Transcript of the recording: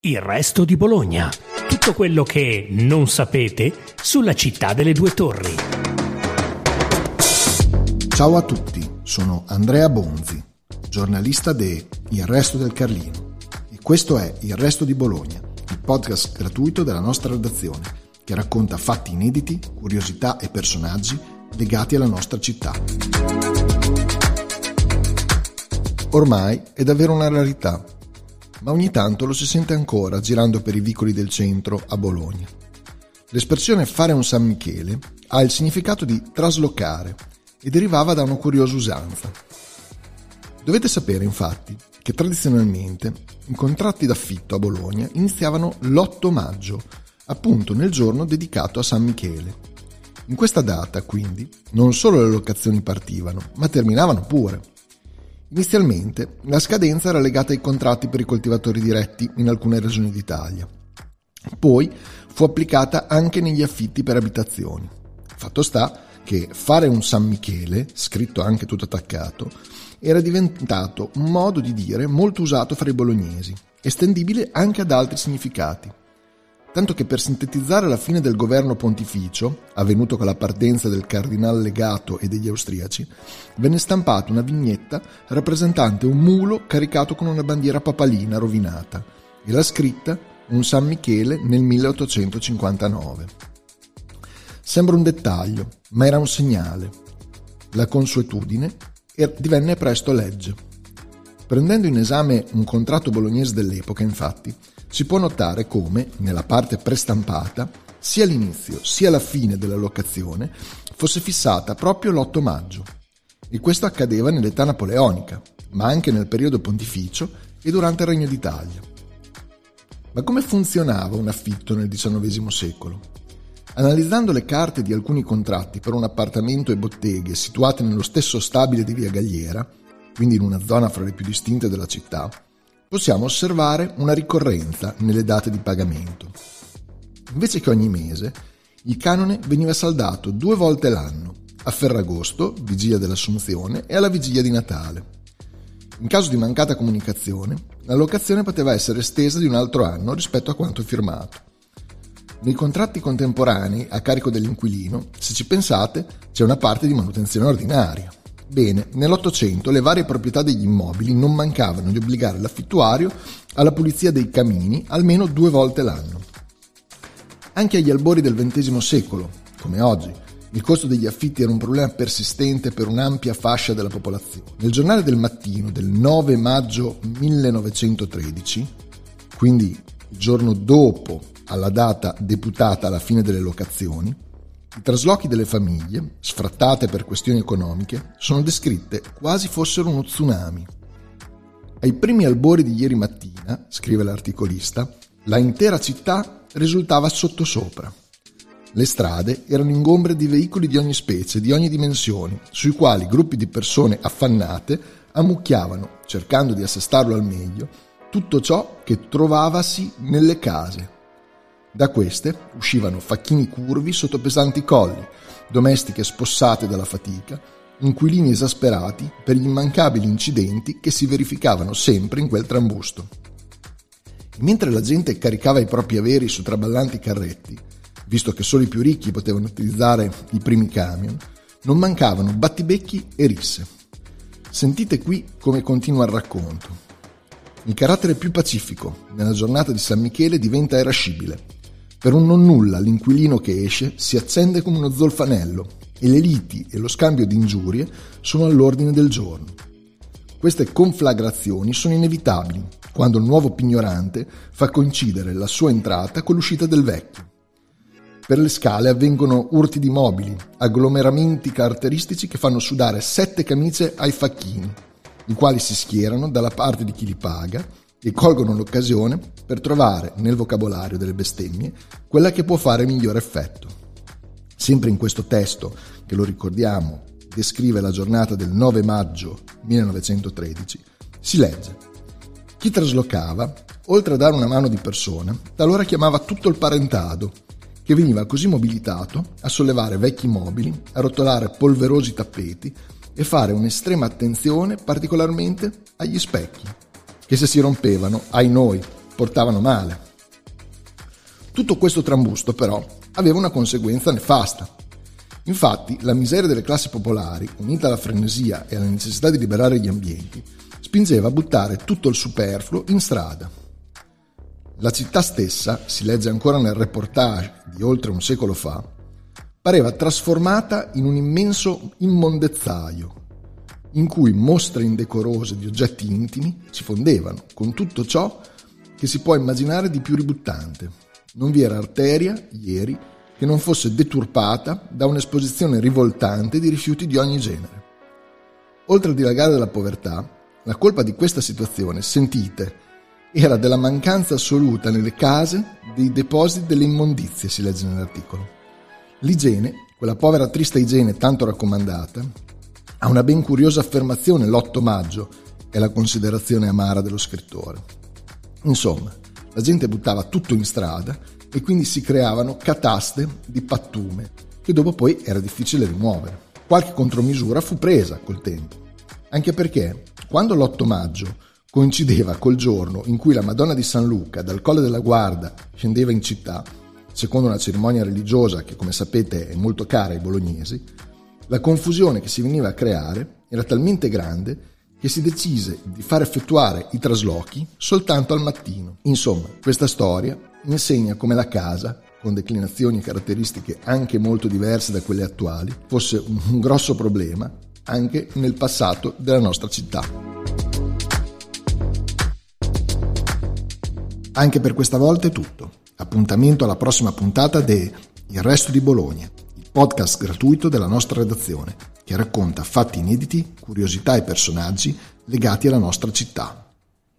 Il resto di Bologna. Tutto quello che non sapete sulla città delle due torri. Ciao a tutti, sono Andrea Bonzi, giornalista de Il Resto del Carlino, e questo è Il Resto di Bologna, il podcast gratuito della nostra redazione che racconta fatti inediti, curiosità e personaggi legati alla nostra città. Ormai è davvero una rarità, ma ogni tanto lo si sente ancora girando per i vicoli del centro a Bologna. L'espressione fare un San Michele ha il significato di traslocare e derivava da una curiosa usanza. Dovete sapere infatti che tradizionalmente i contratti d'affitto a Bologna iniziavano l'8 maggio, appunto nel giorno dedicato a San Michele. In questa data, quindi, non solo le locazioni partivano, ma terminavano pure. Inizialmente la scadenza era legata ai contratti per i coltivatori diretti in alcune regioni d'Italia. Poi fu applicata anche negli affitti per abitazioni. Fatto sta che fare un San Michele, scritto anche tutto attaccato, era diventato un modo di dire molto usato fra i bolognesi, estendibile anche ad altri significati. Tanto che per sintetizzare la fine del governo pontificio, avvenuto con la partenza del cardinal legato e degli austriaci, venne stampata una vignetta rappresentante un mulo caricato con una bandiera papalina rovinata e la scritta un San Michele nel 1859. Sembra un dettaglio, ma era un segnale. La consuetudine divenne presto legge. Prendendo in esame un contratto bolognese dell'epoca, infatti, si può notare come, nella parte prestampata, sia l'inizio sia la fine della locazione fosse fissata proprio l'8 maggio. E questo accadeva nell'età napoleonica, ma anche nel periodo pontificio e durante il Regno d'Italia. Ma come funzionava un affitto nel XIX secolo? Analizzando le carte di alcuni contratti per un appartamento e botteghe situate nello stesso stabile di Via Galliera, quindi in una zona fra le più distinte della città, possiamo osservare una ricorrenza nelle date di pagamento. Invece che ogni mese, il canone veniva saldato 2 volte l'anno, a Ferragosto, vigilia dell'Assunzione, e alla vigilia di Natale. In caso di mancata comunicazione, la locazione poteva essere estesa di un altro anno rispetto a quanto firmato. Nei contratti contemporanei, a carico dell'inquilino, se ci pensate, c'è una parte di manutenzione ordinaria. Bene, nell'Ottocento le varie proprietà degli immobili non mancavano di obbligare l'affittuario alla pulizia dei camini almeno 2 volte l'anno. Anche agli albori del XX secolo, come oggi, il costo degli affitti era un problema persistente per un'ampia fascia della popolazione. Nel giornale del Mattino del 9 maggio 1913, quindi il giorno dopo alla data deputata alla fine delle locazioni, i traslochi delle famiglie, sfrattate per questioni economiche, sono descritte quasi fossero uno tsunami. Ai primi albori di ieri mattina, scrive l'articolista, la intera città risultava sottosopra. Le strade erano ingombre di veicoli di ogni specie, di ogni dimensione, sui quali gruppi di persone affannate ammucchiavano, cercando di assestarlo al meglio, tutto ciò che trovavasi nelle case. Da queste uscivano facchini curvi sotto pesanti colli, domestiche spossate dalla fatica, inquilini esasperati per gli immancabili incidenti che si verificavano sempre in quel trambusto. E mentre la gente caricava i propri averi su traballanti carretti, visto che solo i più ricchi potevano utilizzare i primi camion, non mancavano battibecchi e risse. Sentite qui come continua il racconto. Il carattere più pacifico nella giornata di San Michele diventa irascibile. Per un nonnulla l'inquilino che esce si accende come uno zolfanello e le liti e lo scambio di ingiurie sono all'ordine del giorno. Queste conflagrazioni sono inevitabili quando il nuovo pignorante fa coincidere la sua entrata con l'uscita del vecchio. Per le scale avvengono urti di mobili, agglomeramenti caratteristici che fanno sudare 7 camicie ai facchini, i quali si schierano dalla parte di chi li paga e colgono l'occasione per trovare nel vocabolario delle bestemmie quella che può fare miglior effetto. Sempre in questo testo, che lo ricordiamo, descrive la giornata del 9 maggio 1913, si legge: chi traslocava, oltre a dare una mano di persona, talora chiamava tutto il parentado, che veniva così mobilitato a sollevare vecchi mobili, a rotolare polverosi tappeti e fare un'estrema attenzione particolarmente agli specchi, che se si rompevano, ai noi, portavano male. Tutto questo trambusto però aveva una conseguenza nefasta. Infatti la miseria delle classi popolari, unita alla frenesia e alla necessità di liberare gli ambienti, spingeva a buttare tutto il superfluo in strada. La città stessa, si legge ancora nel reportage di oltre un secolo fa, pareva trasformata in un immenso immondezzaio, in cui mostre indecorose di oggetti intimi si fondevano con tutto ciò che si può immaginare di più ributtante. Non vi era arteria, ieri, che non fosse deturpata da un'esposizione rivoltante di rifiuti di ogni genere. Oltre al dilagare della povertà, la colpa di questa situazione, sentite, era della mancanza assoluta nelle case dei depositi delle immondizie, si legge nell'articolo. L'igiene, quella povera triste igiene tanto raccomandata, ha una ben curiosa affermazione l'8 maggio, è la considerazione amara dello scrittore. Insomma, la gente buttava tutto in strada e quindi si creavano cataste di pattume che dopo poi era difficile rimuovere. Qualche contromisura fu presa col tempo, anche perché quando l'8 maggio coincideva col giorno in cui la Madonna di San Luca dal Colle della Guarda scendeva in città, secondo una cerimonia religiosa che, come sapete, è molto cara ai bolognesi, la confusione che si veniva a creare era talmente grande che si decise di far effettuare i traslochi soltanto al mattino. Insomma, questa storia insegna come la casa, con declinazioni e caratteristiche anche molto diverse da quelle attuali, fosse un grosso problema anche nel passato della nostra città. Anche per questa volta è tutto. Appuntamento alla prossima puntata de Il Resto di Bologna, il podcast gratuito della nostra redazione, che racconta fatti inediti, curiosità e personaggi legati alla nostra città.